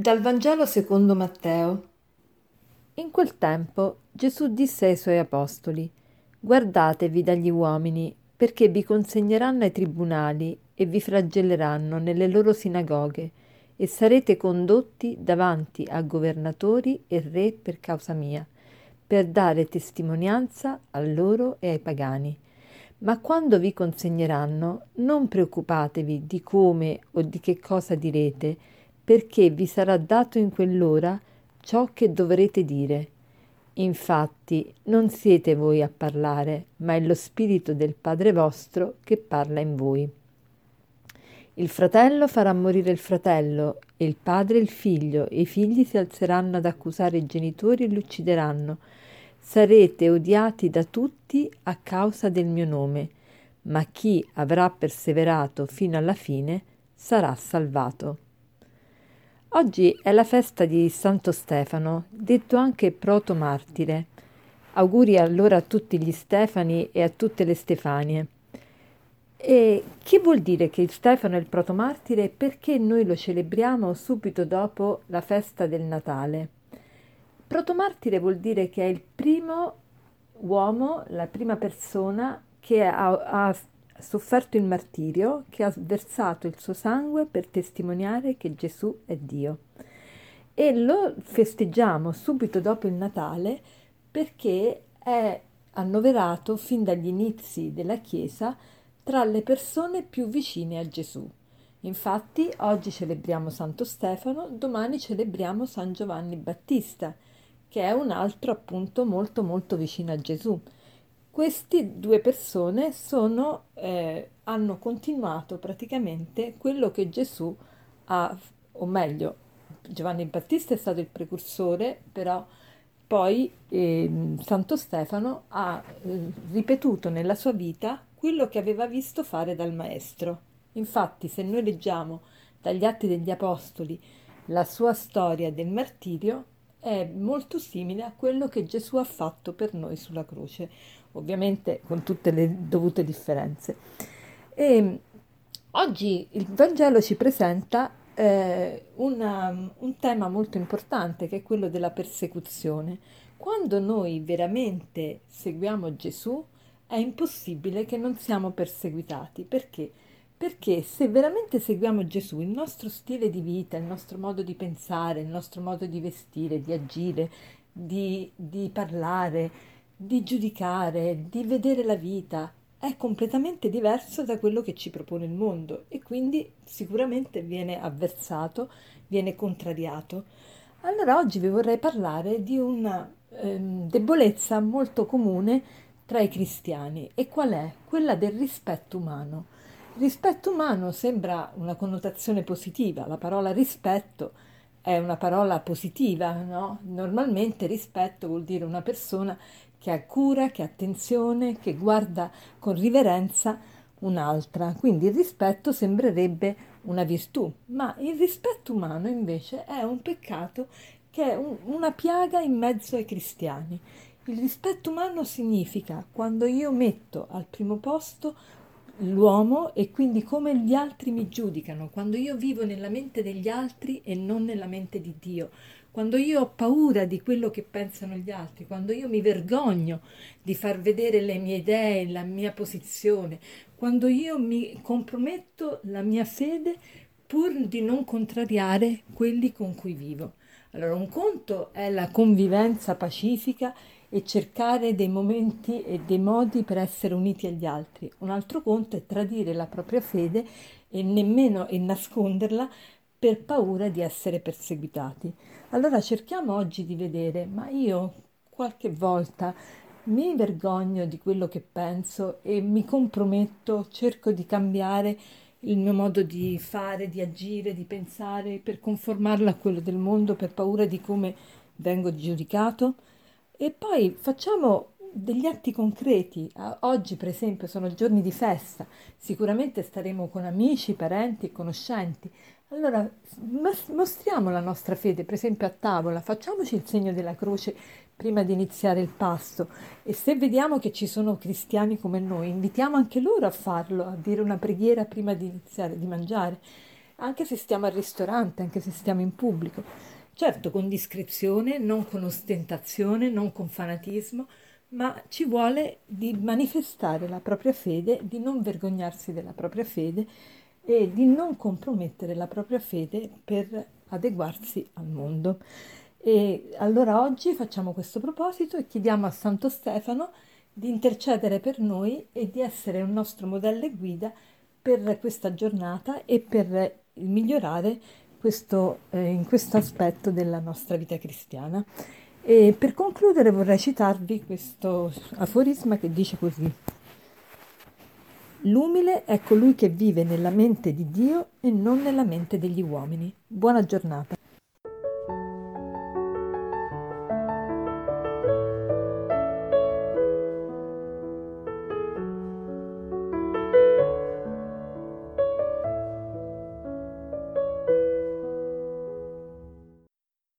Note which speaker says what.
Speaker 1: Dal Vangelo secondo Matteo. In quel tempo Gesù disse ai suoi apostoli: Guardatevi dagli uomini, perché vi consegneranno ai tribunali e vi flagelleranno nelle loro sinagoghe, e sarete condotti davanti a governatori e re per causa mia, per dare testimonianza a loro e ai pagani. Ma quando vi consegneranno, non preoccupatevi di come o di che cosa direte, perché vi sarà dato in quell'ora ciò che dovrete dire. Infatti, non siete voi a parlare, ma è lo Spirito del Padre vostro che parla in voi. Il fratello farà morire il fratello, e il padre il figlio, e i figli si alzeranno ad accusare i genitori e li uccideranno. Sarete odiati da tutti a causa del mio nome, ma chi avrà perseverato fino alla fine sarà salvato. Oggi è la festa di Santo Stefano, detto anche protomartire. Auguri allora a tutti gli Stefani e a tutte le Stefanie. E che vuol dire che Stefano è il protomartire e perché noi lo celebriamo subito dopo la festa del Natale? Protomartire vuol dire che è il primo uomo, la prima persona che ha sofferto il martirio, che ha versato il suo sangue per testimoniare che Gesù è Dio. E lo festeggiamo subito dopo il Natale perché è annoverato fin dagli inizi della Chiesa tra le persone più vicine a Gesù. Infatti oggi celebriamo Santo Stefano, domani celebriamo San Giovanni Battista, che è un altro appunto molto molto vicino a Gesù. Queste due persone hanno continuato praticamente quello che Gesù ha, o meglio, Giovanni Battista è stato il precursore, però poi Santo Stefano ha ripetuto nella sua vita quello che aveva visto fare dal Maestro. Infatti, se noi leggiamo dagli Atti degli Apostoli la sua storia del martirio, è molto simile a quello che Gesù ha fatto per noi sulla croce, ovviamente con tutte le dovute differenze. E oggi il Vangelo ci presenta un tema molto importante che è quello della persecuzione. Quando noi veramente seguiamo Gesù, è impossibile che non siamo perseguitati. Perché? Perché se veramente seguiamo Gesù, il nostro stile di vita, il nostro modo di pensare, il nostro modo di vestire, di agire, di parlare, di giudicare, di vedere la vita, è completamente diverso da quello che ci propone il mondo e quindi sicuramente viene avversato, viene contrariato. Allora oggi vi vorrei parlare di una debolezza molto comune tra i cristiani. E qual è? Quella del rispetto umano. Rispetto umano sembra una connotazione positiva, la parola rispetto è una parola positiva, no? Normalmente rispetto vuol dire una persona che ha cura, che ha attenzione, che guarda con riverenza un'altra. Quindi il rispetto sembrerebbe una virtù, ma il rispetto umano invece è un peccato che è una piaga in mezzo ai cristiani. Il rispetto umano significa quando io metto al primo posto l'uomo e quindi come gli altri mi giudicano, quando io vivo nella mente degli altri e non nella mente di Dio, quando io ho paura di quello che pensano gli altri, quando io mi vergogno di far vedere le mie idee, la mia posizione, quando io mi comprometto la mia fede pur di non contrariare quelli con cui vivo. Allora, un conto è la convivenza pacifica e cercare dei momenti e dei modi per essere uniti agli altri. Un altro conto è tradire la propria fede e nasconderla per paura di essere perseguitati. Allora cerchiamo oggi di vedere, ma io qualche volta mi vergogno di quello che penso e mi comprometto, cerco di cambiare il mio modo di fare, di agire, di pensare per conformarlo a quello del mondo per paura di come vengo giudicato. E poi facciamo degli atti concreti. Oggi, per esempio, sono giorni di festa, sicuramente staremo con amici, parenti e conoscenti. Allora, mostriamo la nostra fede, per esempio a tavola, facciamoci il segno della croce prima di iniziare il pasto e se vediamo che ci sono cristiani come noi, invitiamo anche loro a farlo, a dire una preghiera prima di iniziare di mangiare. anche se stiamo al ristorante, anche se stiamo in pubblico. Certo, con discrezione, non con ostentazione, non con fanatismo, ma ci vuole di manifestare la propria fede, di non vergognarsi della propria fede e di non compromettere la propria fede per adeguarsi al mondo. E allora oggi facciamo questo proposito e chiediamo a Santo Stefano di intercedere per noi e di essere un nostro modello e guida per questa giornata e per migliorare in questo aspetto della nostra vita cristiana. E per concludere vorrei citarvi questo aforisma che dice così: l'umile è colui che vive nella mente di Dio e non nella mente degli uomini. Buona giornata.